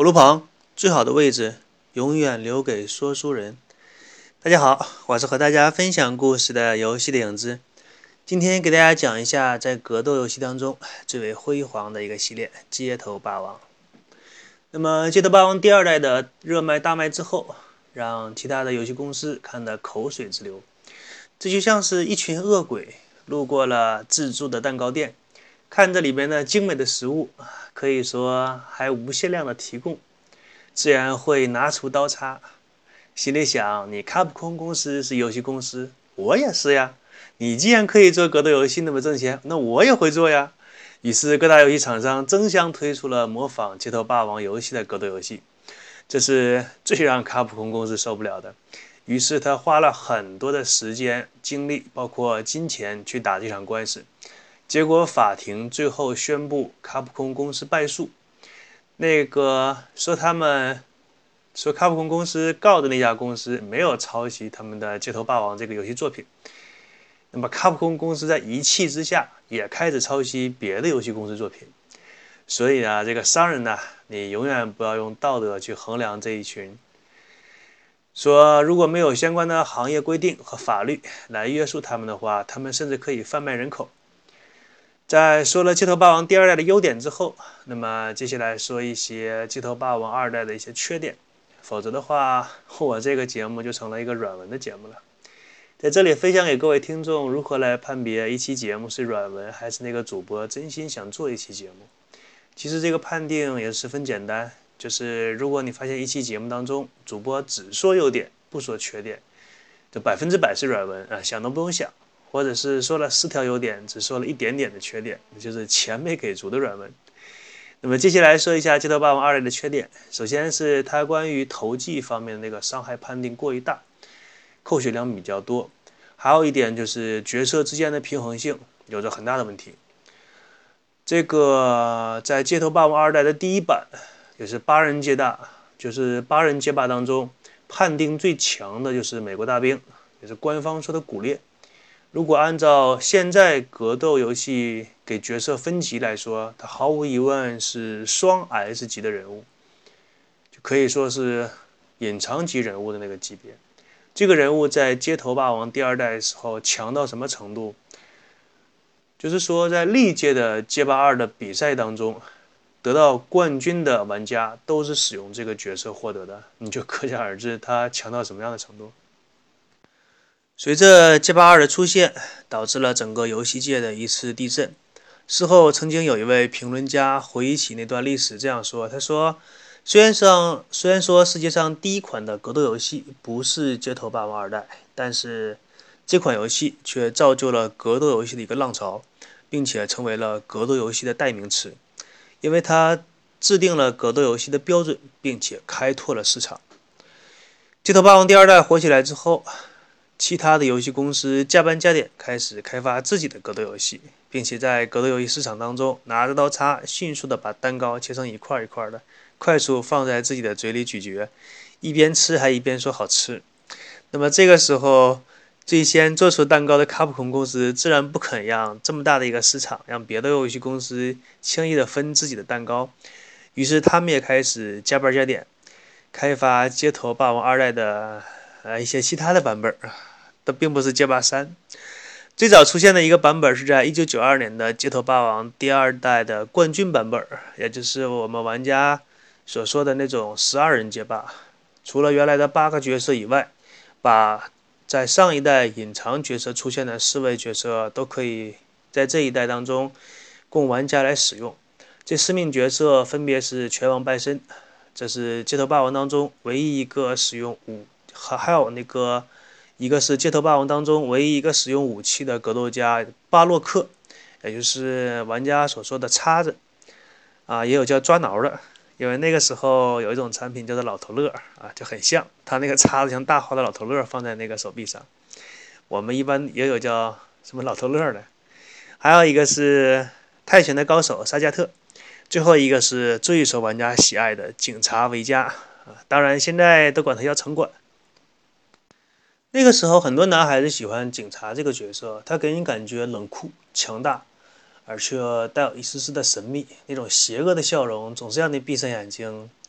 路旁最好的位置永远留给说书人。大家好，我是和大家分享故事的游戏的影子。今天给大家讲一下在格斗游戏当中最为辉煌的一个系列——街头霸王。那么街头霸王第二代的热卖大卖之后，让其他的游戏公司看得口水直流。这就像是一群恶鬼路过了自助的蛋糕店，看着里边的精美的食物，可以说还无限量的提供，自然会拿出刀叉，心里想：你卡普空公司是游戏公司，我也是呀。你既然可以做格斗游戏那么挣钱，那我也会做呀。于是各大游戏厂商争相推出了模仿街头霸王游戏的格斗游戏，这是最让卡普空公司受不了的。于是他花了很多的时间、精力，包括金钱去打这场官司。结果法庭最后宣布卡普空公司败诉。说卡普空公司告的那家公司没有抄袭他们的街头霸王这个游戏作品。那么卡普空公司在一气之下也开始抄袭别的游戏公司作品。所以这个商人你永远不要用道德去衡量这一群。说如果没有相关的行业规定和法律来约束他们的话，他们甚至可以贩卖人口。在说了街头霸王第二代的优点之后，那么接下来说一些街头霸王二代的一些缺点，否则的话我这个节目就成了一个软文的节目了。在这里分享给各位听众如何来判别一期节目是软文还是那个主播真心想做一期节目。其实这个判定也十分简单，就是如果你发现一期节目当中主播只说优点不说缺点，就100%是软文想都不用想，或者是说了4条优点只说了一点点的缺点，就是钱没给足的软文。那么接下来说一下街头霸王二代的缺点。首先是它关于投技方面的那个伤害判定过于大，扣血量比较多。还有一点就是角色之间的平衡性有着很大的问题。这个在街头霸王二代的第一版，也是8人街霸当中，判定最强的就是美国大兵，也是官方说的骨裂。如果按照现在格斗游戏给角色分级来说，它毫无疑问是双 S 级的人物，就可以说是隐藏级人物的那个级别。这个人物在街头霸王第二代的时候强到什么程度？就是说在历届的街霸2的比赛当中，得到冠军的玩家都是使用这个角色获得的，你就可想而知他强到什么样的程度。随着街霸2的出现，导致了整个游戏界的一次地震。事后曾经有一位评论家回忆起那段历史这样说，他说虽然说世界上第一款的格斗游戏不是街头霸王二代，但是这款游戏却造就了格斗游戏的一个浪潮，并且成为了格斗游戏的代名词，因为它制定了格斗游戏的标准，并且开拓了市场。街头霸王第二代火起来之后，其他的游戏公司加班加点开始开发自己的格斗游戏，并且在格斗游戏市场当中拿着刀叉迅速的把蛋糕切成一块一块的，快速放在自己的嘴里咀嚼，一边吃还一边说好吃。那么这个时候最先做出蛋糕的卡普空公司自然不肯让这么大的一个市场让别的游戏公司轻易的分自己的蛋糕，于是他们也开始加班加点开发街头霸王二代的一些其他的版本，都并不是街霸3。最早出现的一个版本是在1992年的街头霸王第二代的冠军版本，也就是我们玩家所说的那种12人街霸。除了原来的8个角色以外，把在上一代隐藏角色出现的4位角色都可以在这一代当中供玩家来使用。这4名角色分别是拳王拜森，这是街头霸王当中唯一一个使用还有一个是街头霸王当中唯一一个使用武器的格斗家巴洛克，也就是玩家所说的叉子也有叫抓挠的，因为那个时候有一种产品叫做老头乐就很像，他那个叉子像大号的老头乐放在那个手臂上。我们一般也有叫什么老头乐的。还有一个是泰拳的高手沙加特，最后一个是最受玩家喜爱的警察维加当然现在都管他叫城管。那个时候很多男孩子喜欢警察这个角色，他给人感觉冷酷强大，而却带有一丝丝的神秘，那种邪恶的笑容总是让你闭上眼睛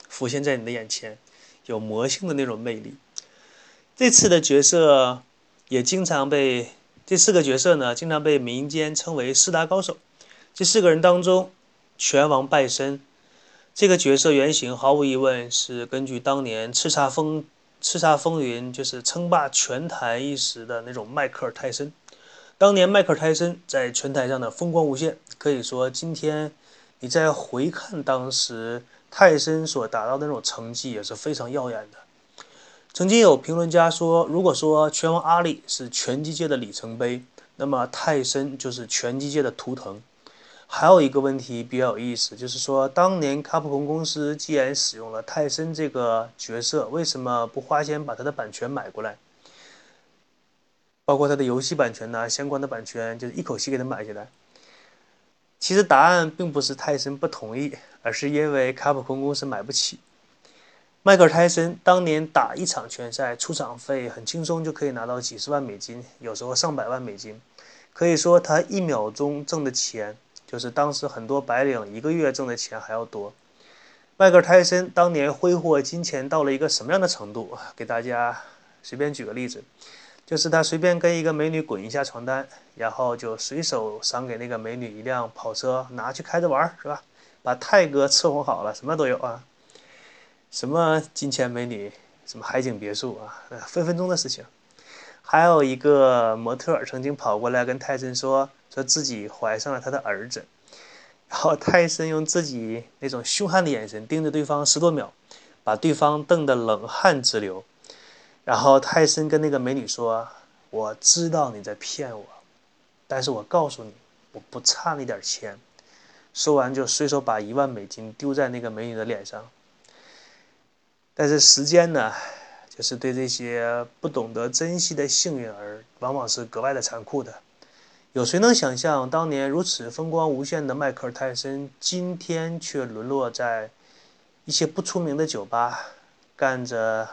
浮现在你的眼前，有魔性的那种魅力。这次的角色也经常被这4个角色呢，经常被民间称为4大高手。这4个人当中，拳王拜参这个角色原型毫无疑问是根据当年叱咤风云就是称霸拳坛一时的那种迈克尔泰森。当年迈克尔泰森在拳台上的风光无限，可以说今天你再回看当时泰森所达到的那种成绩也是非常耀眼的。曾经有评论家说，如果说拳王阿里是拳击界的里程碑，那么泰森就是拳击界的图腾。还有一个问题比较有意思，就是说当年卡普空公司既然使用了泰森这个角色，为什么不花钱把他的版权买过来？包括他的游戏版权呐，相关的版权，就是一口气给他买下来。其实答案并不是泰森不同意，而是因为卡普空公司买不起。迈克尔·泰森当年打一场拳赛，出场费很轻松就可以拿到几十万美金，有时候上百万美金。可以说他1秒钟挣的钱，就是当时很多白领1个月挣的钱还要多。迈克尔·泰森当年挥霍金钱到了一个什么样的程度？给大家随便举个例子，就是他随便跟一个美女滚一下床单，然后就随手赏给那个美女一辆跑车，拿去开着玩，是吧？把泰哥伺候好了，什么都有啊。什么金钱美女，什么海景别墅啊，分分钟的事情。还有一个模特曾经跑过来跟泰森说自己怀上了他的儿子，然后泰森用自己那种凶悍的眼神盯着对方10多秒，把对方瞪得冷汗直流。然后泰森跟那个美女说：“我知道你在骗我，但是我告诉你，我不差那点钱。”说完就随手把1万美金丢在那个美女的脸上。但是时间呢，就是对这些不懂得珍惜的幸运儿，往往是格外的残酷的。有谁能想象，当年如此风光无限的迈克尔·泰森，今天却沦落在一些不出名的酒吧，干着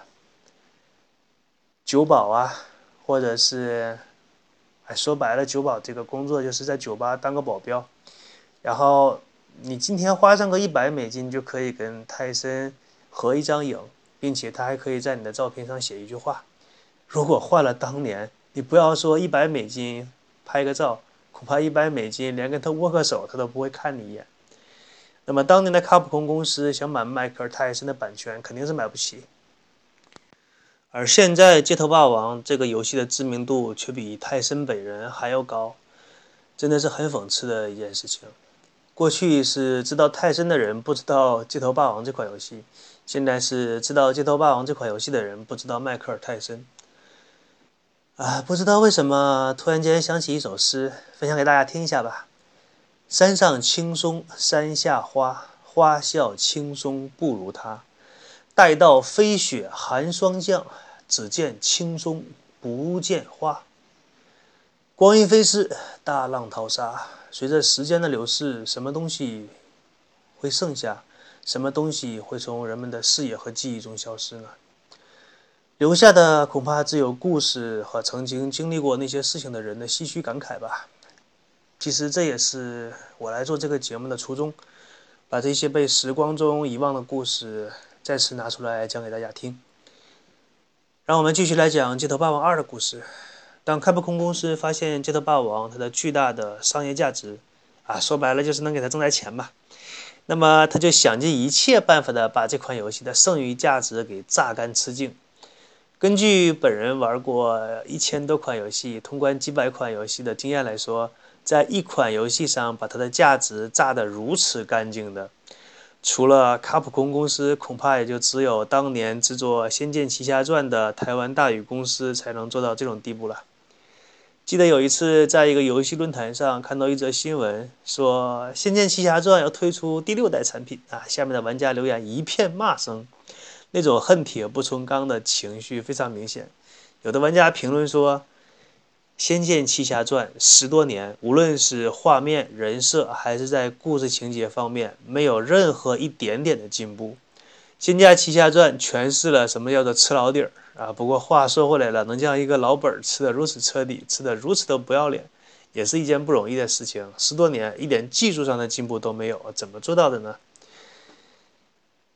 酒保啊，或者是，说白了，酒保这个工作就是在酒吧当个保镖。然后你今天花上个100美金就可以跟泰森合一张影，并且他还可以在你的照片上写一句话。如果换了当年，你不要说100美金拍个照，恐怕100美金连跟他握个手他都不会看你一眼。那么当年的卡普空公司想买迈克尔·泰森的版权肯定是买不起，而现在街头霸王这个游戏的知名度却比泰森本人还要高，真的是很讽刺的一件事情。过去是知道泰森的人不知道街头霸王这款游戏，现在是知道街头霸王这款游戏的人不知道迈克尔·泰森。不知道为什么突然间想起一首诗，分享给大家听一下吧。山上青松山下花，花笑青松不如他。待到飞雪寒霜降，只见青松不见花。光阴飞逝，大浪淘沙，随着时间的流逝，什么东西会剩下？什么东西会从人们的视野和记忆中消失呢？留下的恐怕只有故事和曾经经历过那些事情的人的唏嘘感慨吧。其实这也是我来做这个节目的初衷，把这些被时光中遗忘的故事再次拿出来讲给大家听。让我们继续来讲《街头霸王2》的故事。当开普空公司发现街头霸王它的巨大的商业价值，说白了就是能给它挣来钱吧，那么他就想尽一切办法的把这款游戏的剩余价值给榨干吃净。根据本人玩过1000多款游戏，通关几百款游戏的经验来说，在一款游戏上把它的价值榨得如此干净的，除了卡普空公司，恐怕也就只有当年制作《仙剑奇侠传》的台湾大宇公司才能做到这种地步了。记得有一次在一个游戏论坛上看到一则新闻，说《仙剑奇侠传》要推出第6代产品下面的玩家留言一片骂声，那种恨铁不成钢的情绪非常明显。有的玩家评论说，《仙剑奇侠传》10多年，无论是画面、人设还是在故事情节方面，没有任何一点点的进步。《仙剑奇侠传》诠释了什么叫做吃老底儿不过话说回来了，能将一个老本吃得如此彻底，吃得如此的不要脸，也是一件不容易的事情。10多年一点技术上的进步都没有，怎么做到的呢？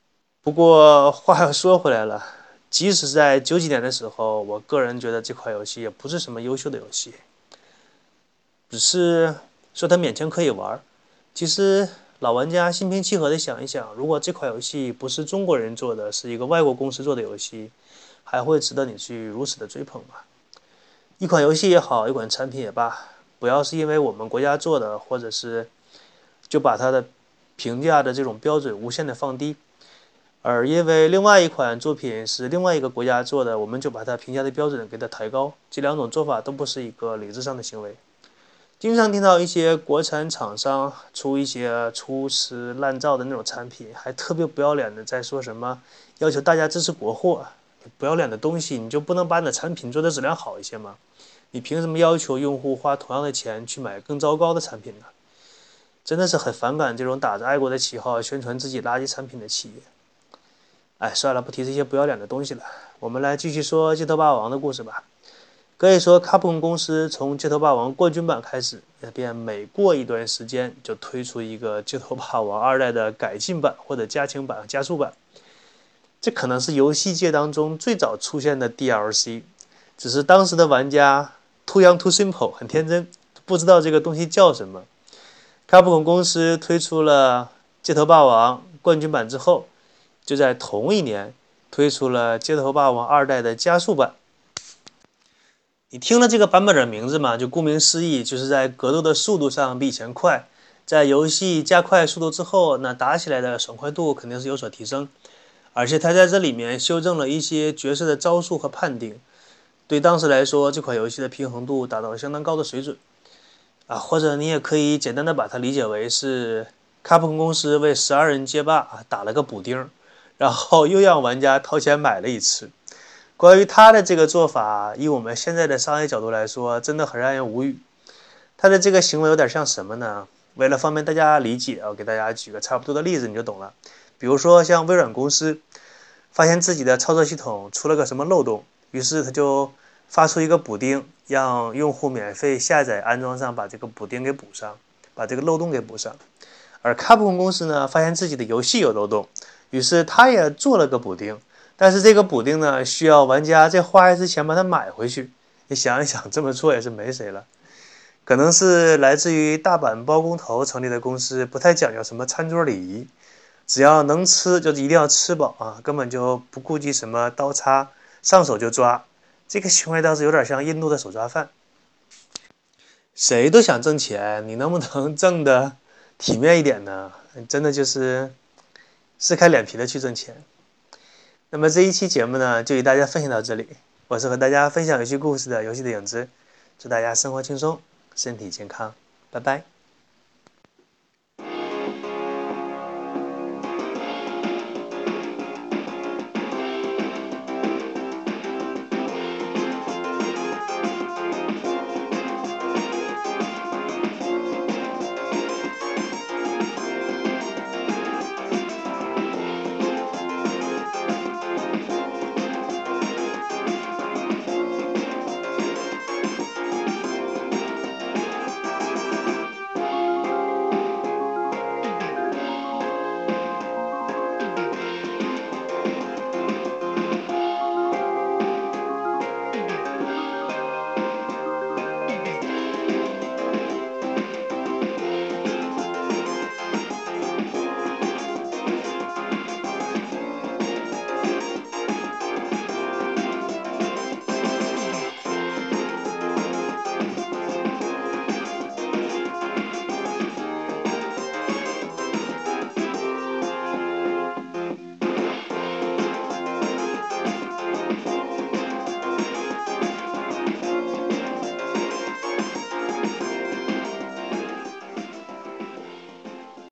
不过话又说回来了，即使是在90几年的时候，我个人觉得这款游戏也不是什么优秀的游戏，只是说它勉强可以玩。其实老玩家心平气和的想一想，如果这款游戏不是中国人做的，是一个外国公司做的游戏，还会值得你去如此的追捧吗？一款游戏也好，一款产品也罢，不要是因为我们国家做的，或者是就把它的评价的这种标准无限的放低，而因为另外一款作品是另外一个国家做的，我们就把它评价的标准给它抬高，这两种做法都不是一个理智上的行为。经常听到一些国产厂商出一些粗制滥造的那种产品，还特别不要脸的在说什么要求大家支持国货，不要脸的东西，你就不能把你的产品做的质量好一些吗？你凭什么要求用户花同样的钱去买更糟糕的产品呢？真的是很反感这种打着爱国的旗号宣传自己垃圾产品的企业。哎，算了，不提这些不要脸的东西了，我们来继续说街头霸王的故事吧。可以说，卡普空公司从《街头霸王》冠军版开始，便每过一段时间就推出一个《街头霸王2代》的改进版或者加强版、加速版。这可能是游戏界当中最早出现的 DLC，只是当时的玩家 too young too simple， 很天真，不知道这个东西叫什么。卡普空公司推出了《街头霸王》冠军版之后，就在同一年推出了《街头霸王2代》的加速版。你听了这个版本的名字嘛，就顾名思义，就是在格斗的速度上比以前快。在游戏加快速度之后，那打起来的爽快度肯定是有所提升。而且它在这里面修正了一些角色的招数和判定，对当时来说，这款游戏的平衡度达到了相当高的水准。或者你也可以简单的把它理解为是卡普空公司为12人街霸打了个补丁，然后又让玩家掏钱买了一次。关于他的这个做法，以我们现在的商业角度来说，真的很让人无语。他的这个行为有点像什么呢？为了方便大家理解，我给大家举个差不多的例子，你就懂了。比如说像微软公司发现自己的操作系统出了个什么漏洞，于是他就发出一个补丁，让用户免费下载安装上，把这个补丁给补上，把这个漏洞给补上。而卡普空公司呢，发现自己的游戏有漏洞，于是他也做了个补丁。但是这个补丁呢，需要玩家再花一次钱把它买回去。你想一想，这么做也是没谁了。可能是来自于大阪包工头成立的公司，不太讲究什么餐桌礼仪，只要能吃就一定要吃饱根本就不顾及什么刀叉，上手就抓。这个行为倒是有点像印度的手抓饭。谁都想挣钱，你能不能挣得体面一点呢？真的就是撕开脸皮的去挣钱。那么这一期节目呢，就与大家分享到这里。我是和大家分享游戏故事的游戏的影子，祝大家生活轻松，身体健康，拜拜。